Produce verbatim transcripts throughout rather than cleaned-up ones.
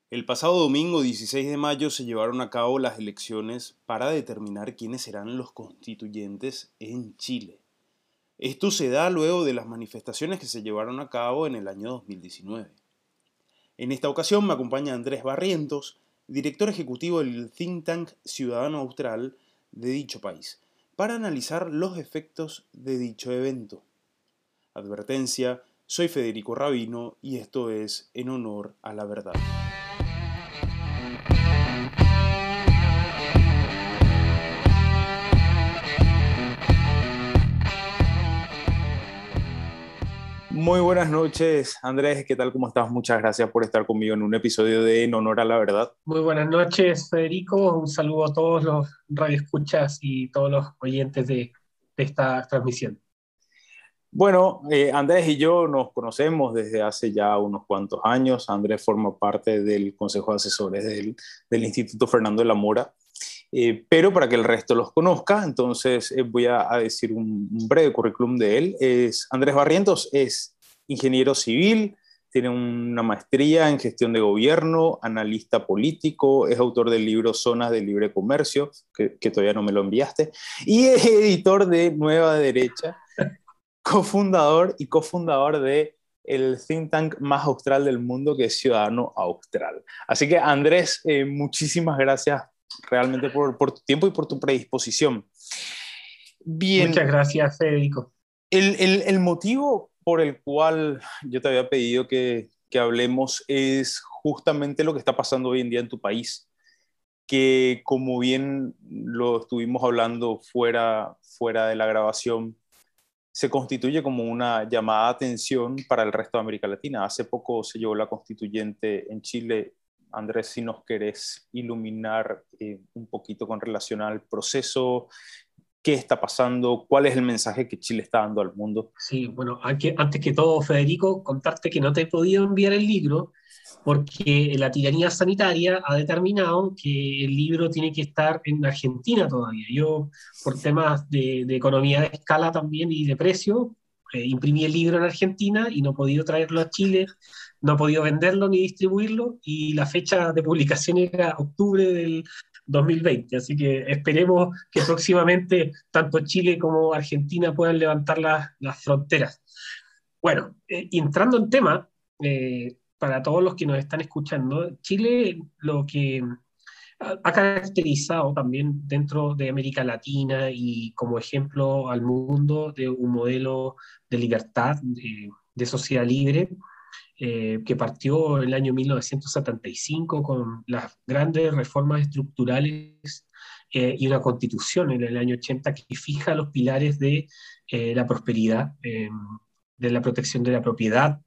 El pasado domingo dieciséis de mayo se llevaron a cabo las elecciones para determinar quiénes serán los constituyentes en Chile. Esto se da luego de las manifestaciones que se llevaron a cabo en el año dos mil diecinueve. En esta ocasión me acompaña Andrés Barrientos, director ejecutivo del think tank Ciudadano Austral de dicho país, para analizar los efectos de dicho evento. Advertencia, soy Federico Rabino y esto es En Honor a la Verdad. Muy buenas noches, Andrés, ¿qué tal? ¿Cómo estás? Muchas gracias por estar conmigo en un episodio de En Honor a la Verdad. Muy buenas noches, Federico. Un saludo a todos los radioescuchas y todos los oyentes de, de esta transmisión. Bueno, eh, Andrés y yo nos conocemos desde hace ya unos cuantos años. Andrés forma parte del Consejo de Asesores del, del Instituto Fernando de la Mora. Eh, pero para que el resto los conozca, entonces eh, voy a, a decir un, un breve currículum de él. Es, Andrés Barrientos es ingeniero civil, tiene una maestría en gestión de gobierno, analista político, es autor del libro Zonas de Libre Comercio, que, que todavía no me lo enviaste, y es editor de Nueva Derecha, cofundador y cofundador de el think tank más austral del mundo, que es Ciudadano Austral. Así que, Andrés, eh, muchísimas gracias realmente por, por tu tiempo y por tu predisposición. Bien, Muchas gracias, Federico. el, el, el motivo por el cual yo te había pedido que, que hablemos es justamente lo que está pasando hoy en día en tu país, que como bien lo estuvimos hablando fuera, fuera de la grabación, se constituye como una llamada de atención para el resto de América Latina. Hace poco se llevó la constituyente en Chile. Andrés, si nos querés iluminar eh, un poquito con relación al proceso, qué está pasando, cuál es el mensaje que Chile está dando al mundo. Sí, bueno, antes, antes que todo, Federico, contarte que no te he podido enviar el libro porque la tiranía sanitaria ha determinado que el libro tiene que estar en Argentina todavía. Yo, por temas de, de economía de escala también y de precio, eh, imprimí el libro en Argentina y no he podido traerlo a Chile, no he podido venderlo ni distribuirlo, y la fecha de publicación era octubre del dos mil veinte. Así que esperemos que próximamente tanto Chile como Argentina puedan levantar las, las fronteras. Bueno, eh, y entrando en tema, eh, para todos los que nos están escuchando, Chile lo que ha, ha caracterizado también dentro de América Latina y como ejemplo al mundo de un modelo de libertad, de, de sociedad libre, eh, que partió en el año mil novecientos setenta y cinco con las grandes reformas estructurales, eh, y una constitución en el año ochenta que fija los pilares de eh, la prosperidad, eh, de la protección de la propiedad,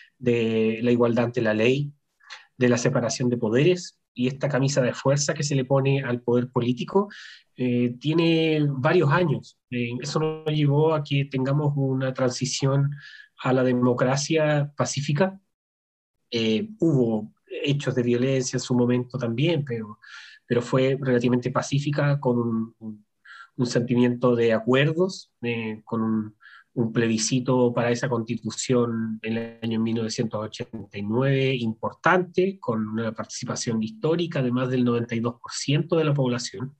de la igualdad ante la ley, de la separación de poderes, y esta camisa de fuerza que se le pone al poder político eh, tiene varios años. Eh, eso nos llevó a que tengamos una transición a la democracia pacífica. Eh, hubo hechos de violencia en su momento también, pero, pero fue relativamente pacífica, con un, un, un sentimiento de acuerdos, eh, con un, un plebiscito para esa constitución en el año mil novecientos ochenta y nueve importante, con una participación histórica de más del noventa y dos por ciento de la población.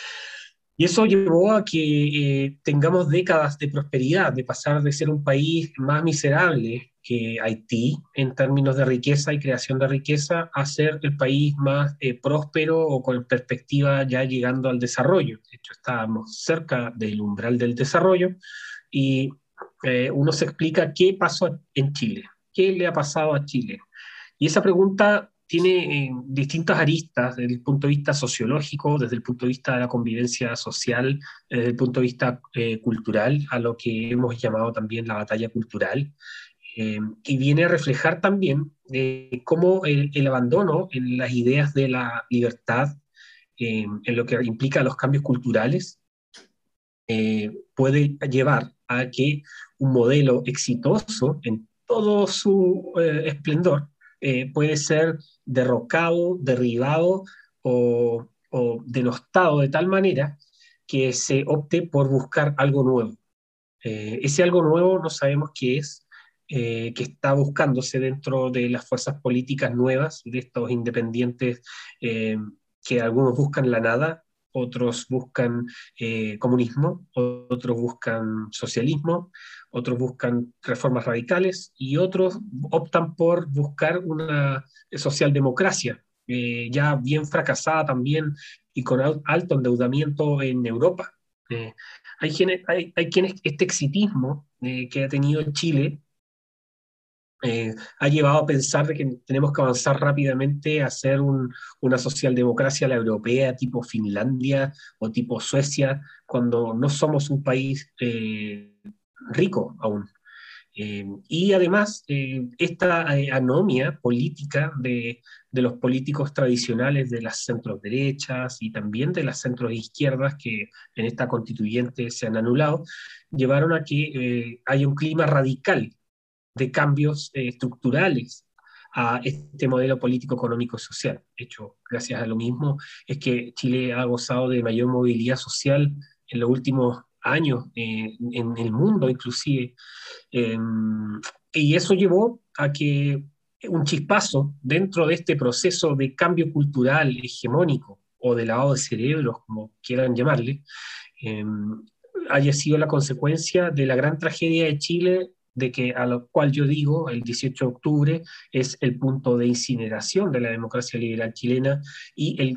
Y eso llevó a que eh, tengamos décadas de prosperidad, de pasar de ser un país más miserable que Haití en términos de riqueza y creación de riqueza, a ser el país más eh, próspero o con perspectiva ya llegando al desarrollo. De hecho, estábamos cerca del umbral del desarrollo, y eh, uno se explica qué pasó en Chile, qué le ha pasado a Chile. Y esa pregunta tiene eh, distintas aristas desde el punto de vista sociológico, desde el punto de vista de la convivencia social, desde el punto de vista eh, cultural, a lo que hemos llamado también la batalla cultural, eh, y viene a reflejar también eh, cómo el, el, abandono en las ideas de la libertad, eh, en lo que implica los cambios culturales, eh, puede llevar a que un modelo exitoso en todo su eh, esplendor eh, puede ser derrocado, derribado o, o denostado de tal manera que se opte por buscar algo nuevo. Eh, ese algo nuevo no sabemos qué es, eh, que está buscándose dentro de las fuerzas políticas nuevas, de estos independientes eh, que algunos buscan la nada, otros buscan eh, comunismo, otros buscan socialismo, otros buscan reformas radicales y otros optan por buscar una socialdemocracia, eh, ya bien fracasada también y con alto endeudamiento en Europa. Eh, hay, quienes, hay, hay quienes este exitismo eh, que ha tenido Chile eh, ha llevado a pensar de que tenemos que avanzar rápidamente a hacer un, una socialdemocracia a la europea, tipo Finlandia o tipo Suecia, cuando no somos un país eh, rico aún. Eh, y además, eh, esta eh, anomia política de, de, los políticos tradicionales de las centros derechas y también de las centros izquierdas que en esta constituyente se han anulado, llevaron a que eh, haya un clima radical de cambios eh, estructurales a este modelo político, económico y social. De hecho, gracias a lo mismo, es que Chile ha gozado de mayor movilidad social en los últimos años, eh, en el mundo inclusive. Eh, y eso llevó a que un chispazo dentro de este proceso de cambio cultural hegemónico o de lavado de cerebros, como quieran llamarle, eh, haya sido la consecuencia de la gran tragedia de Chile, de que a lo cual yo digo, el dieciocho de octubre es el punto de incineración de la democracia liberal chilena, y el,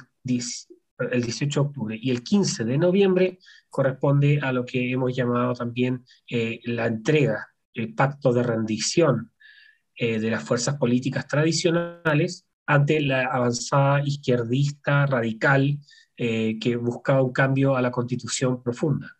el dieciocho de octubre y el quince de noviembre corresponde a lo que hemos llamado también eh, la entrega, el pacto de rendición eh, de las fuerzas políticas tradicionales ante la avanzada izquierdista radical eh, que buscaba un cambio a la constitución profunda.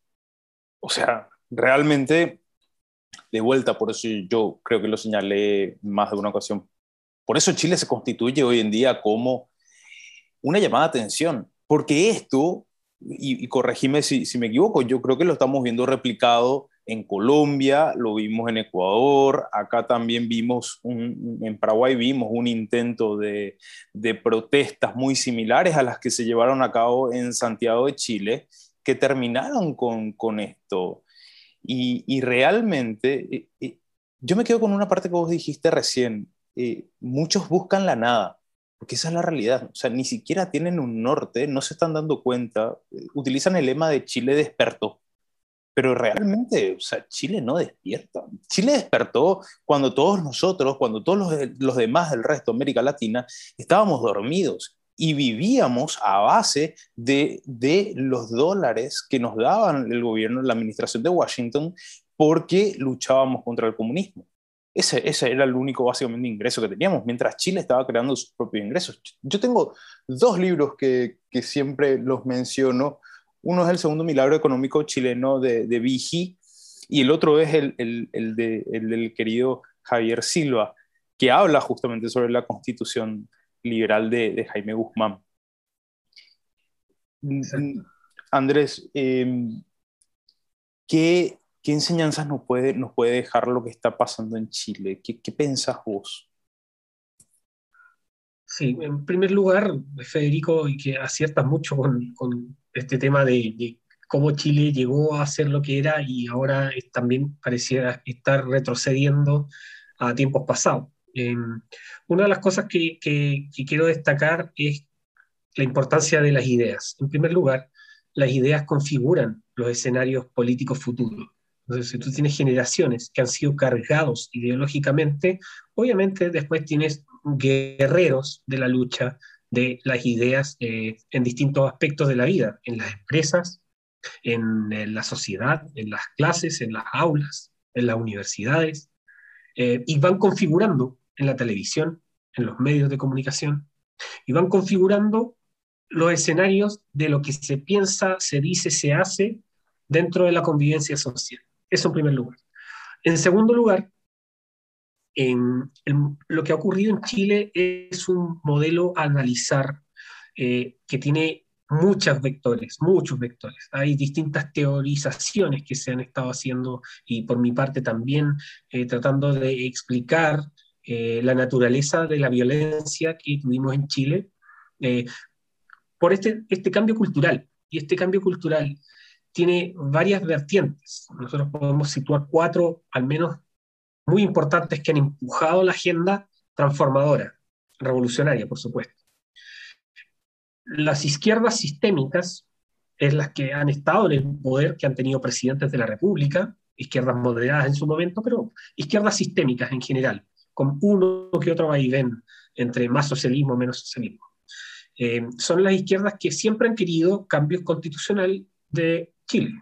O sea, realmente, de vuelta, por eso yo creo que lo señalé más de una ocasión, por eso Chile se constituye hoy en día como una llamada de atención, porque esto, y, y corregime si, si me equivoco, yo creo que lo estamos viendo replicado en Colombia, lo vimos en Ecuador, acá también vimos, un, en Paraguay vimos un intento de, de protestas muy similares a las que se llevaron a cabo en Santiago de Chile, que terminaron con, con esto. Y, y realmente, eh, eh, yo me quedo con una parte que vos dijiste recién, eh, muchos buscan la nada, porque esa es la realidad, o sea, ni siquiera tienen un norte, no se están dando cuenta, eh, utilizan el lema de Chile despertó, pero realmente, o sea, Chile no despierta. Chile despertó cuando todos nosotros, cuando todos los, los demás del resto de América Latina estábamos dormidos y vivíamos a base de, de los dólares que nos daban el gobierno, la administración de Washington, porque luchábamos contra el comunismo. Ese, ese era el único básicamente ingreso que teníamos, mientras Chile estaba creando sus propios ingresos. Yo tengo dos libros que, que siempre los menciono. Uno es El Segundo Milagro Económico Chileno de, de Vigi, y el otro es el, el, el, de, el del querido Javier Silva, que habla justamente sobre la constitución liberal de, de Jaime Guzmán. Exacto. Andrés, eh, ¿qué, ¿qué enseñanzas nos puede, nos puede dejar lo que está pasando en Chile? ¿Qué, qué pensás vos? Sí, en primer lugar, Federico, y que aciertas mucho con, con este tema de, de cómo Chile llegó a ser lo que era y ahora es- también pareciera estar retrocediendo a tiempos pasados. Eh, una de las cosas que, que- que quiero destacar es la importancia de las ideas. En primer lugar, las ideas configuran los escenarios políticos futuros. Entonces, si tú tienes generaciones que han sido cargados ideológicamente, obviamente después tienes guerreros de la lucha de las ideas eh, en distintos aspectos de la vida, en las empresas, en, en la sociedad, en las clases, en las aulas, en las universidades, eh, y van configurando en la televisión, en los medios de comunicación, y van configurando los escenarios de lo que se piensa, se dice, se hace dentro de la convivencia social. Eso en primer lugar. En segundo lugar, en, en lo que ha ocurrido en Chile es un modelo a analizar eh, que tiene muchos vectores, muchos vectores. Hay distintas teorizaciones que se han estado haciendo y por mi parte también eh, tratando de explicar eh, la naturaleza de la violencia que tuvimos en Chile eh, por este, este cambio cultural. Y este cambio cultural tiene varias vertientes. Nosotros podemos situar cuatro, al menos muy importantes que han empujado la agenda transformadora, revolucionaria, por supuesto. Las izquierdas sistémicas es las que han estado en el poder, que han tenido presidentes de la República, izquierdas moderadas en su momento, pero izquierdas sistémicas en general, con uno que otro vaivén entre más socialismo, menos socialismo. Eh, son las izquierdas que siempre han querido cambios constitucionales de Chile.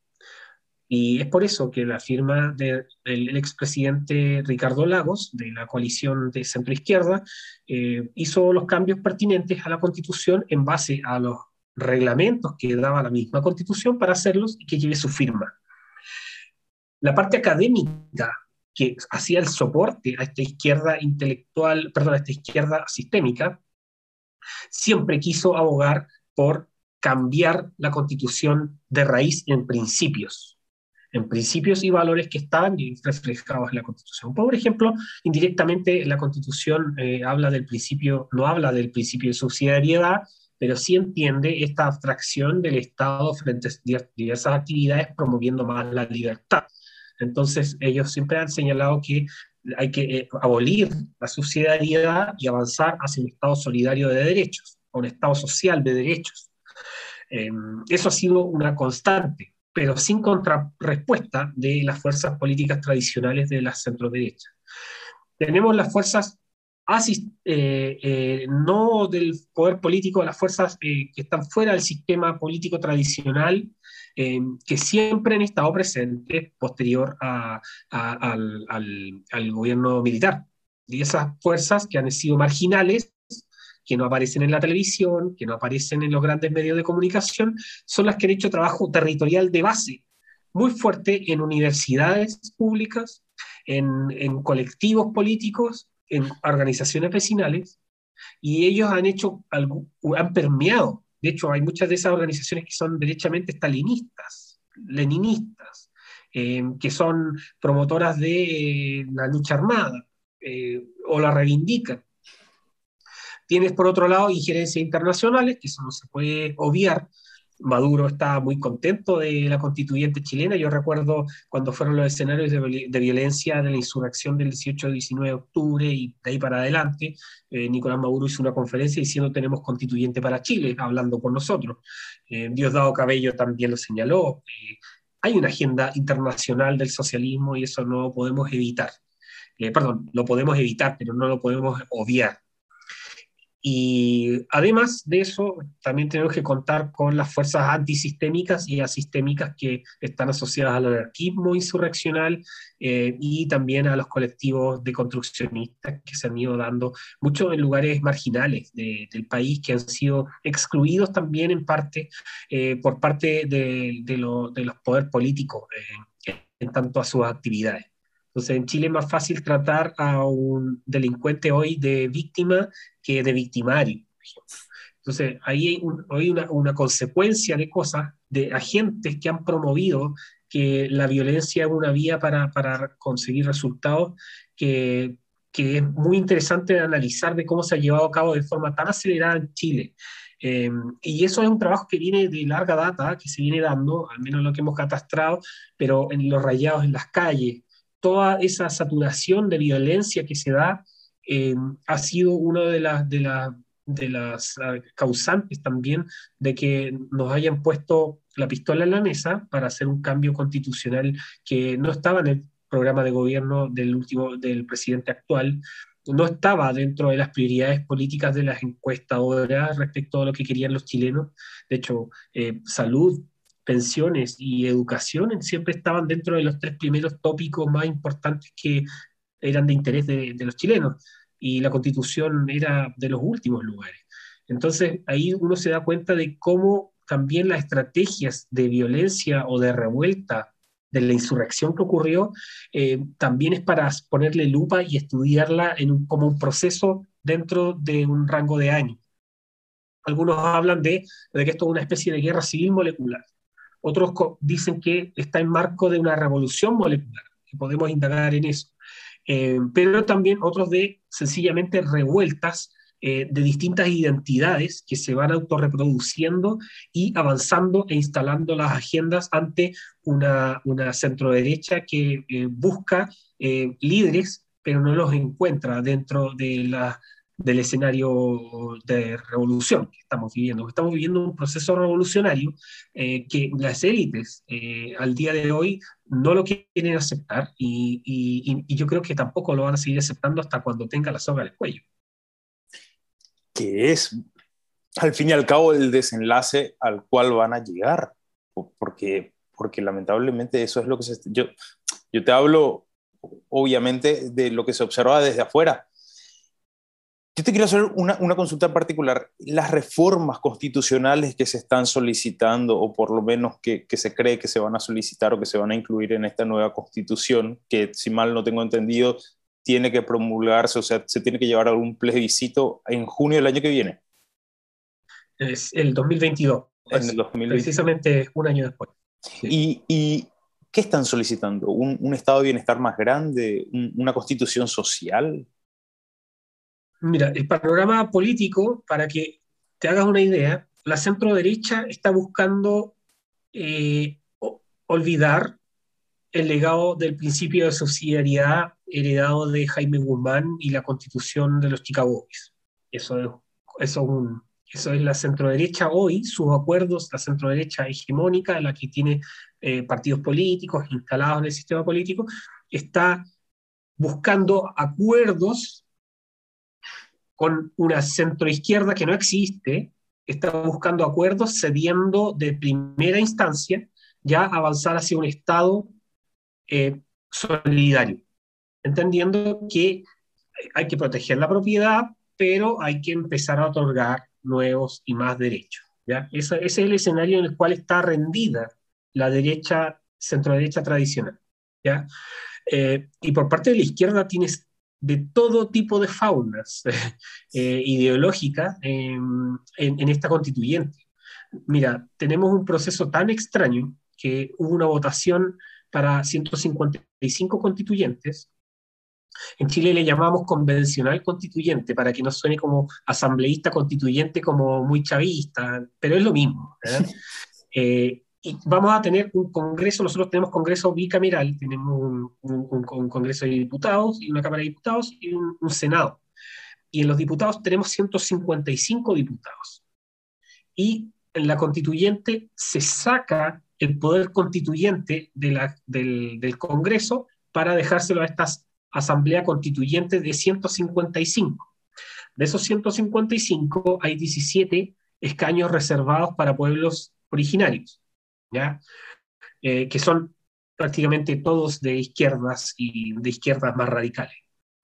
Y es por eso que la firma de, del expresidente Ricardo Lagos, de la coalición de centroizquierda, eh, hizo los cambios pertinentes a la Constitución en base a los reglamentos que daba la misma Constitución para hacerlos y que lleve su firma. La parte académica que hacía el soporte a esta izquierda intelectual, perdón, a esta izquierda sistémica, siempre quiso abogar por cambiar la Constitución de raíz en principios. en principios y valores que estaban reflejados en la Constitución. Por ejemplo, indirectamente la Constitución eh, habla del principio, no habla del principio de subsidiariedad, pero sí entiende esta abstracción del Estado frente a diversas actividades, promoviendo más la libertad. Entonces, ellos siempre han señalado que hay que eh, abolir la subsidiariedad y avanzar hacia un Estado solidario de derechos, a un Estado social de derechos. Eh, eso ha sido una constante, pero sin contrarrespuesta de las fuerzas políticas tradicionales de la centroderecha. Tenemos las fuerzas asist, eh, eh, no del poder político, las fuerzas eh, que están fuera del sistema político tradicional, eh, que siempre han estado presentes posterior a, a, al, al, al gobierno militar. Y esas fuerzas que han sido marginales, que no aparecen en la televisión, que no aparecen en los grandes medios de comunicación, son las que han hecho trabajo territorial de base, muy fuerte en universidades públicas, en, en colectivos políticos, en organizaciones vecinales, y ellos han hecho algo, han permeado. De hecho, hay muchas de esas organizaciones que son derechamente stalinistas, leninistas, eh, que son promotoras de eh, la lucha armada, eh, o la reivindican. Tienes, por otro lado, injerencias internacionales, que eso no se puede obviar. Maduro estaba muy contento de la constituyente chilena. Yo recuerdo cuando fueron los escenarios de, de violencia de la insurrección del dieciocho y diecinueve de octubre y de ahí para adelante, eh, Nicolás Maduro hizo una conferencia diciendo tenemos constituyente para Chile, hablando con nosotros. Eh, Diosdado Cabello también lo señaló. Eh, hay una agenda internacional del socialismo y eso no lo podemos evitar. Eh, perdón, lo podemos evitar, pero no lo podemos obviar. Y además de eso, también tenemos que contar con las fuerzas antisistémicas y asistémicas que están asociadas al anarquismo insurreccional eh, y también a los colectivos de construccionistas que se han ido dando mucho en lugares marginales de, del país, que han sido excluidos también en parte eh, por parte de, de, lo, de los poderes políticos eh, en tanto a sus actividades. Entonces, en Chile es más fácil tratar a un delincuente hoy de víctima que de victimario. Entonces, ahí hay, un, hay una, una consecuencia de cosas, de agentes que han promovido que la violencia es una vía para, para conseguir resultados que, que es muy interesante de analizar de cómo se ha llevado a cabo de forma tan acelerada en Chile. Eh, y eso es un trabajo que viene de larga data, que se viene dando, al menos lo que hemos catastrado, pero en los rayados en las calles, toda esa saturación de violencia que se da eh, ha sido una de, la, de, la, de las uh, causantes también de que nos hayan puesto la pistola en la mesa para hacer un cambio constitucional que no estaba en el programa de gobierno del, último, del presidente actual, no estaba dentro de las prioridades políticas de las encuestadoras respecto a lo que querían los chilenos. De hecho, eh, salud, pensiones y educación siempre estaban dentro de los tres primeros tópicos más importantes que eran de interés de, de los chilenos, y la Constitución era de los últimos lugares. Entonces ahí uno se da cuenta de cómo también las estrategias de violencia o de revuelta de la insurrección que ocurrió eh, también es para ponerle lupa y estudiarla en un, como un proceso dentro de un rango de años. Algunos hablan de, de que esto es una especie de guerra civil molecular. Otros dicen que está en marco de una revolución molecular, que podemos indagar en eso. Eh, pero también otros de sencillamente revueltas eh, de distintas identidades que se van autorreproduciendo y avanzando e instalando las agendas ante una, una centroderecha que eh, busca eh, líderes, pero no los encuentra dentro de la, del escenario de revolución que estamos viviendo. Estamos viviendo un proceso revolucionario eh, que las élites eh, al día de hoy no lo quieren aceptar y, y, y yo creo que tampoco lo van a seguir aceptando hasta cuando tenga la soga al cuello. Que es, al fin y al cabo, el desenlace al cual van a llegar, porque, porque lamentablemente eso es lo que se... Yo, yo te hablo, obviamente, de lo que se observa desde afuera. Yo te quiero hacer una, una consulta particular. Las reformas constitucionales que se están solicitando, o por lo menos que, que se cree que se van a solicitar o que se van a incluir en esta nueva constitución, que si mal no tengo entendido, tiene que promulgarse, o sea, se tiene que llevar algún plebiscito en junio del año que viene. Es el dos mil veintidós, En el es dos mil veinte. precisamente un año después. Sí. ¿Y, y qué están solicitando? ¿Un, un estado de bienestar más grande? Un, ¿Una constitución social? Mira, el panorama político, para que te hagas una idea, la centro-derecha está buscando eh, olvidar el legado del principio de subsidiariedad heredado de Jaime Guzmán y la constitución de los Chicago Boys. Eso es, eso es, un, eso es la centroderecha hoy, sus acuerdos, la centroderecha hegemónica, la que tiene eh, partidos políticos instalados en el sistema político, está buscando acuerdos con una centroizquierda que no existe, está buscando acuerdos cediendo de primera instancia ya avanzar hacia un Estado eh, solidario, entendiendo que hay que proteger la propiedad, pero hay que empezar a otorgar nuevos y más derechos. ¿ya? Ese, ese es el escenario en el cual está rendida la derecha, centroderecha tradicional. ¿ya? Eh, y por parte de la izquierda tienes de todo tipo de faunas eh, ideológicas eh, en, en esta constituyente. Mira, tenemos un proceso tan extraño que hubo una votación para ciento cincuenta y cinco constituyentes. En Chile le llamamos convencional constituyente, para que no suene como asambleísta constituyente, como muy chavista, pero es lo mismo. ¿eh? Eh, y vamos a tener un congreso, nosotros tenemos congreso bicameral, tenemos un, un, un, un congreso de diputados y una cámara de diputados y un, un senado. Y en los diputados tenemos ciento cincuenta y cinco diputados. Y en la constituyente se saca el poder constituyente de la, del, del Congreso para dejárselo a estas asamblea constituyente de ciento cincuenta y cinco. De esos ciento cincuenta y cinco hay diecisiete escaños reservados para pueblos originarios, ¿ya? Eh, que son prácticamente todos de izquierdas y de izquierdas más radicales.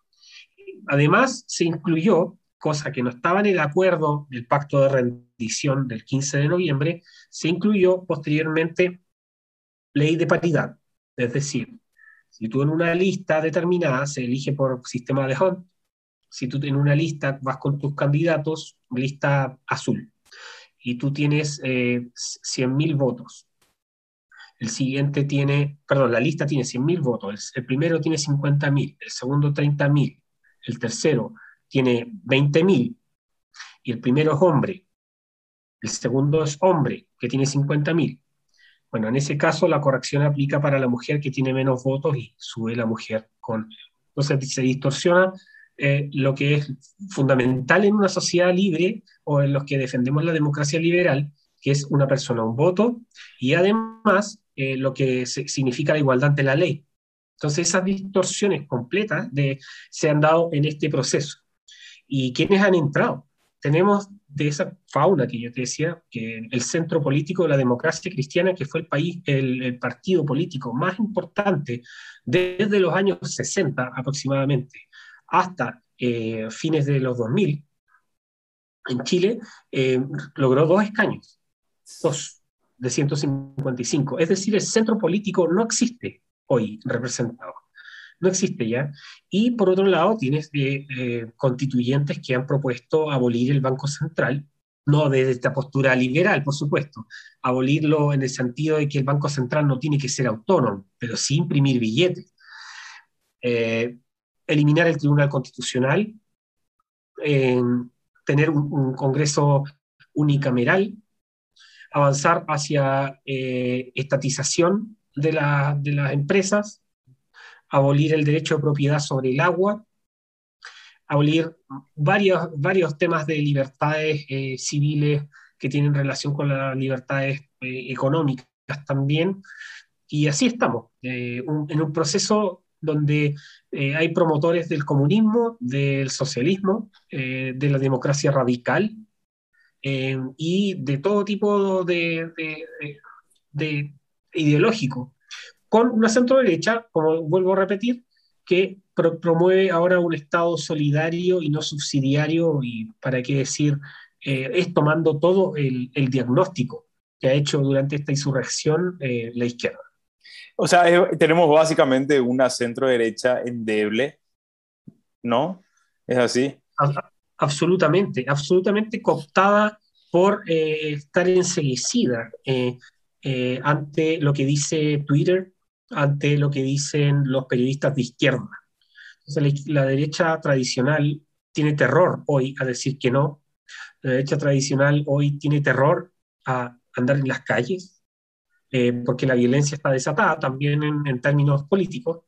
Además, se incluyó, cosa que no estaba en el acuerdo del pacto de rendición del quince de noviembre, se incluyó posteriormente ley de paridad, es decir, si tú en una lista determinada se elige por sistema de Hunt, si tú en una lista vas con tus candidatos, lista azul, y tú tienes eh, cien mil votos, el siguiente tiene, perdón, la lista tiene cien mil votos, el, el primero tiene cincuenta mil, el segundo treinta mil, el tercero tiene veinte mil, y el primero es hombre, el segundo es hombre, que tiene cincuenta mil. Bueno, en ese caso la corrección aplica para la mujer que tiene menos votos y sube la mujer con... Entonces se distorsiona eh, lo que es fundamental en una sociedad libre o en los que defendemos la democracia liberal, que es una persona, un voto, y además eh, lo que se, significa la igualdad ante la ley. Entonces esas distorsiones completas de, se han dado en este proceso. ¿Y quiénes han entrado? Tenemos de esa fauna que yo te decía, que el centro político de la democracia cristiana, que fue el país, el, el partido político más importante desde los años sesenta aproximadamente hasta eh, fines de los dos mil, en Chile eh, logró dos escaños, dos de ciento cincuenta y cinco. Es decir, el centro político no existe hoy representado. No existe ya. Y por otro lado, tienes eh, eh, constituyentes que han propuesto abolir el Banco Central, no desde esta postura liberal, por supuesto, abolirlo en el sentido de que el Banco Central no tiene que ser autónomo, pero sí imprimir billetes. Eh, eliminar el Tribunal Constitucional, eh, tener un, un Congreso unicameral, avanzar hacia eh, estatización de, la, de las empresas, abolir el derecho de propiedad sobre el agua, abolir varios, varios temas de libertades eh, civiles que tienen relación con las libertades eh, económicas también. Y así estamos, eh, un, en un proceso donde eh, hay promotores del comunismo, del socialismo, eh, de la democracia radical eh, y de todo tipo de, de, de, de ideológico, con una centro derecha, como vuelvo a repetir, que pro promueve ahora un Estado solidario y no subsidiario, y para qué decir, eh, es tomando todo el, el, diagnóstico que ha hecho durante esta insurrección eh, la izquierda. O sea, es, tenemos básicamente una centro derecha endeble, ¿no? ¿Es así? A absolutamente, absolutamente cooptada por eh, estar enseguecida eh, eh, ante lo que dice Twitter, ante lo que dicen los periodistas de izquierda. Entonces, la, la derecha tradicional tiene terror hoy a decir que no. La derecha tradicional hoy tiene terror a andar en las calles, eh, porque la violencia está desatada también en, en términos políticos.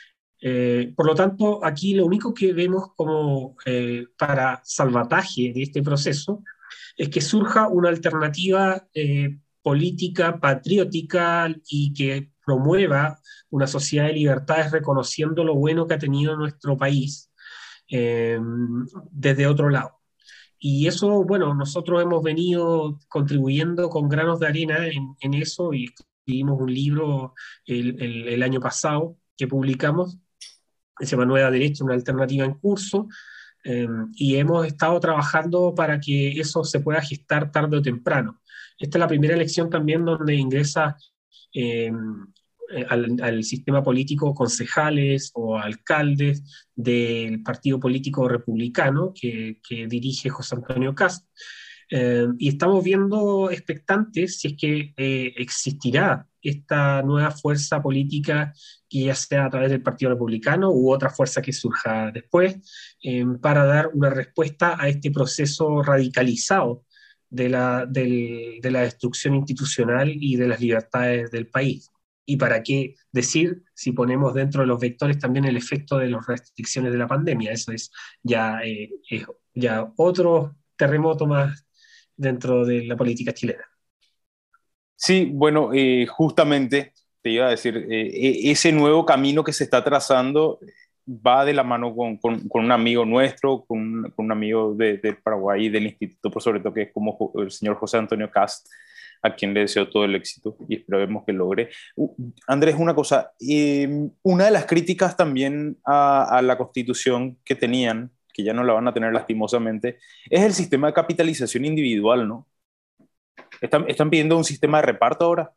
Eh, por lo tanto, aquí lo único que vemos como eh, para salvataje de este proceso es que surja una alternativa eh, política, patriótica y que promueva una sociedad de libertades reconociendo lo bueno que ha tenido nuestro país eh, desde otro lado. Y eso, bueno, nosotros hemos venido contribuyendo con granos de arena en, en eso y escribimos un libro el, el, el año pasado que publicamos, que se llama Nueva Derecha, una alternativa en curso, eh, y hemos estado trabajando para que eso se pueda gestar tarde o temprano. Esta es la primera elección también donde ingresa eh, al, al, sistema político concejales o alcaldes del partido político republicano que, que dirige José Antonio Kast. Eh, y estamos viendo expectantes si es que eh, existirá esta nueva fuerza política, que ya sea a través del Partido Republicano u otra fuerza que surja después, eh, para dar una respuesta a este proceso radicalizado de la, del, de la destrucción institucional y de las libertades del país. Y para qué decir si ponemos dentro de los vectores también el efecto de las restricciones de la pandemia. Eso es ya, eh, es ya otro terremoto más dentro de la política chilena. Sí, bueno, eh, justamente te iba a decir, eh, ese nuevo camino que se está trazando va de la mano con, con, con un amigo nuestro, con, con un amigo de, de Paraguay, del Instituto, por sobre todo, que es como el señor José Antonio Kast, a quien le deseo todo el éxito y esperemos que logre. Uh, Andrés, una cosa, eh, una de las críticas también a, a la Constitución que tenían, que ya no la van a tener lastimosamente, es el sistema de capitalización individual, ¿no? ¿Están, están pidiendo un sistema de reparto ahora?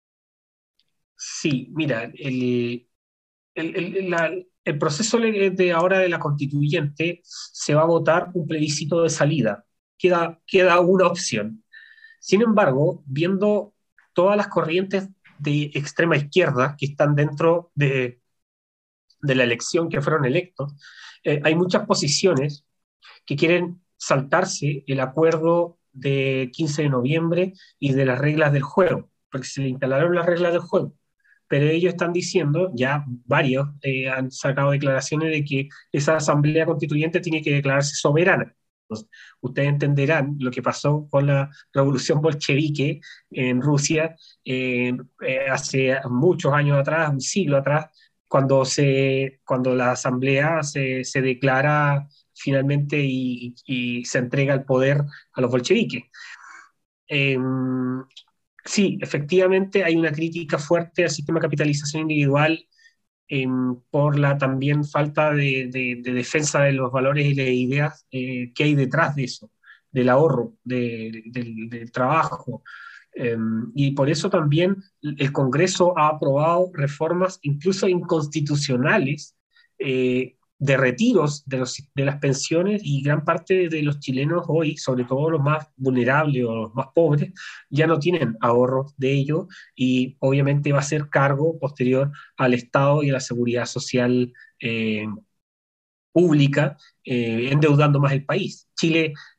Sí, mira, el, el, el, la, el proceso de ahora de la constituyente se va a votar un plebiscito de salida. Queda, queda una opción. Sin embargo, viendo todas las corrientes de extrema izquierda que están dentro de, de la elección, que fueron electos, eh, hay muchas posiciones que quieren saltarse el acuerdo de quince de noviembre y de las reglas del juego, porque se le instalaron las reglas del juego. Pero ellos están diciendo, ya varios eh, han sacado declaraciones de que esa asamblea constituyente tiene que declararse soberana. Entonces, ustedes entenderán lo que pasó con la revolución bolchevique en Rusia eh, eh, hace muchos años atrás, un siglo atrás, cuando, se, cuando la asamblea se, se declara finalmente y, y, se entrega el poder a los bolcheviques. Eh, sí, efectivamente hay una crítica fuerte al sistema de capitalización individual eh, por la también falta de, de, de, defensa de los valores y de ideas eh, que hay detrás de eso, del ahorro, de, de, del trabajo. Eh, y por eso también el Congreso ha aprobado reformas incluso inconstitucionales eh, de retiros de, los, de las pensiones, y gran parte de los chilenos hoy, sobre todo los más vulnerables o los más pobres, ya no tienen ahorros de ello, y obviamente va a ser cargo posterior al Estado y a la seguridad social eh, pública, eh, endeudando más el país. Chile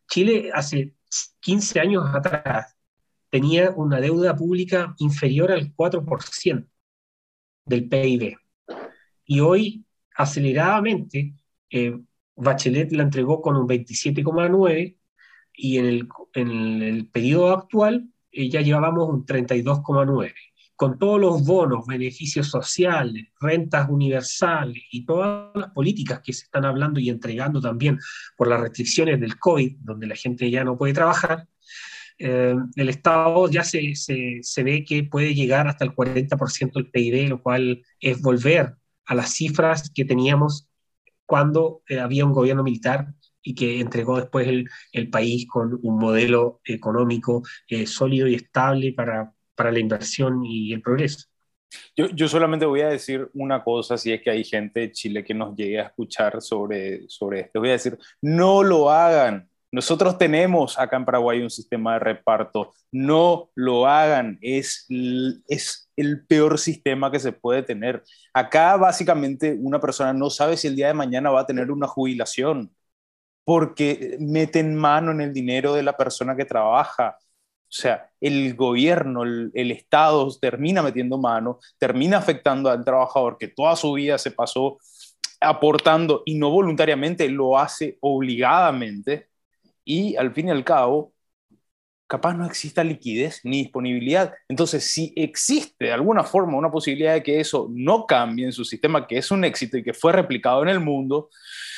Chile hace quince años atrás tenía una deuda pública inferior al cuatro por ciento del P I B. Y hoy, aceleradamente, eh, Bachelet la entregó con un veintisiete coma nueve y en el, en el periodo actual eh, ya llevábamos un treinta y dos coma nueve. Con todos los bonos, beneficios sociales, rentas universales y todas las políticas que se están hablando y entregando también por las restricciones del COVID, donde la gente ya no puede trabajar, eh, el Estado ya se, se, se ve que puede llegar hasta el cuarenta por ciento del P I B, lo cual es volver a las cifras que teníamos cuando eh, había un gobierno militar y que entregó después el, el país con un modelo económico eh, sólido y estable para, para la inversión y el progreso. Yo, yo solamente voy a decir una cosa, si es que hay gente de Chile que nos llegue a escuchar sobre, sobre esto. Voy a decir, no lo hagan. Nosotros tenemos acá en Paraguay un sistema de reparto. No lo hagan. Es, es el peor sistema que se puede tener. Acá básicamente una persona no sabe si el día de mañana va a tener una jubilación porque meten mano en el dinero de la persona que trabaja. O sea, el gobierno, el, el Estado termina metiendo mano, termina afectando al trabajador que toda su vida se pasó aportando y no voluntariamente, lo hace obligadamente. Y al fin y al cabo, capaz no exista liquidez ni disponibilidad. Entonces, si existe de alguna forma una posibilidad de que eso no cambie en su sistema, que es un éxito y que fue replicado en el mundo,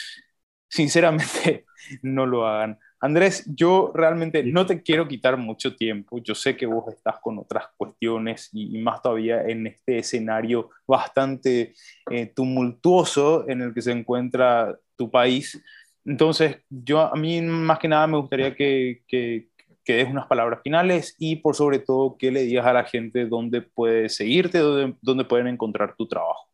sinceramente, no lo hagan. Andrés, yo realmente no te quiero quitar mucho tiempo. Yo sé que vos estás con otras cuestiones y, y más todavía en este escenario bastante eh, tumultuoso en el que se encuentra tu país. Entonces, yo a mí más que nada me gustaría que, que, que des unas palabras finales y por sobre todo que le digas a la gente dónde puede seguirte, dónde, dónde pueden encontrar tu trabajo.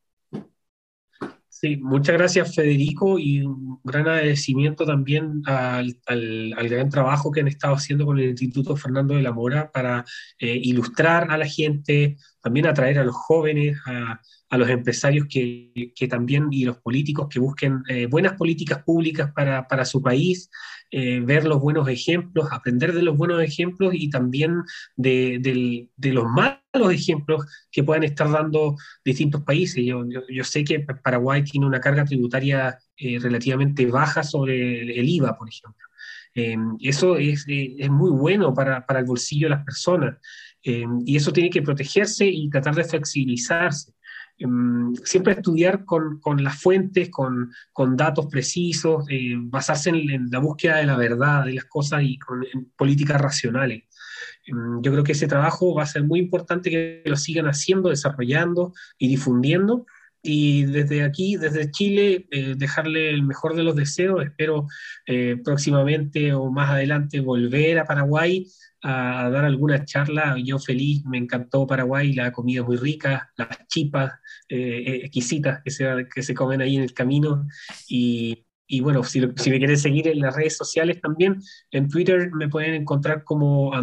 Sí, muchas gracias Federico y un gran agradecimiento también al, al, al gran trabajo que han estado haciendo con el Instituto Fernando de la Mora para eh, ilustrar a la gente, también atraer a los jóvenes, a, a los empresarios que, que también y los políticos que busquen eh, buenas políticas públicas para, para su país, eh, ver los buenos ejemplos, aprender de los buenos ejemplos y también de, de, de los malos ejemplos que puedan estar dando distintos países. Yo, yo, yo sé que Paraguay tiene una carga tributaria eh, relativamente baja sobre el, el I V A, por ejemplo. Eh, eso es, eh, es muy bueno para, para el bolsillo de las personas eh, y eso tiene que protegerse y tratar de flexibilizarse. Um, siempre estudiar con, con las fuentes, con, con datos precisos, eh, basarse en, en la búsqueda de la verdad de las cosas y con en políticas racionales. Um, yo creo que ese trabajo va a ser muy importante que lo sigan haciendo, desarrollando y difundiendo. Y desde aquí, desde Chile, eh, dejarle el mejor de los deseos. Espero eh, próximamente o más adelante volver a Paraguay a dar alguna charla. Yo feliz, me encantó Paraguay, la comida es muy rica, las chipas eh, exquisitas que se, que se comen ahí en el camino. Y, y bueno, si, si me quieren seguir en las redes sociales también, en Twitter me pueden encontrar como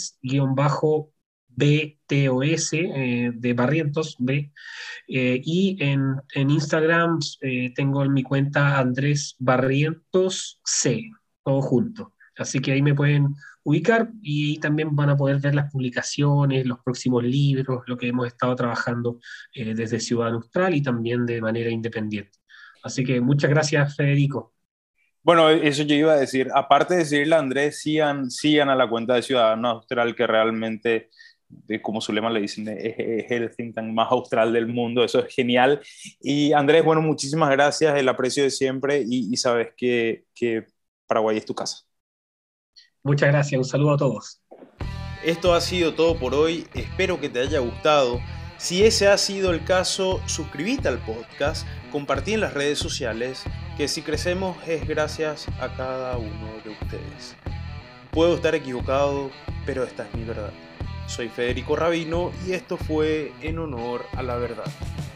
Andrés-B T O S, eh, de Barrientos, B. Eh, y en, en Instagram eh, tengo en mi cuenta Andrés Barrientos C, todo junto. Así que ahí me pueden ubicar y también van a poder ver las publicaciones, los próximos libros, lo que hemos estado trabajando eh, desde Ciudad Austral y también de manera independiente. Así que muchas gracias, Federico. Bueno, eso yo iba a decir. Aparte de decirle a Andrés, sigan, sigan a la cuenta de Ciudadano Austral, que realmente, como su lema le dicen, es, es el think tank más austral del mundo. Eso es genial. Y Andrés, bueno, muchísimas gracias, el aprecio de siempre y, y sabes que, que Paraguay es tu casa. Muchas gracias, un saludo a todos. Esto ha sido todo por hoy, espero que te haya gustado. Si ese ha sido el caso, suscríbete al podcast, compartí en las redes sociales, que si crecemos es gracias a cada uno de ustedes. Puedo estar equivocado, pero esta es mi verdad. Soy Federico Rabino y esto fue En Honor a la Verdad.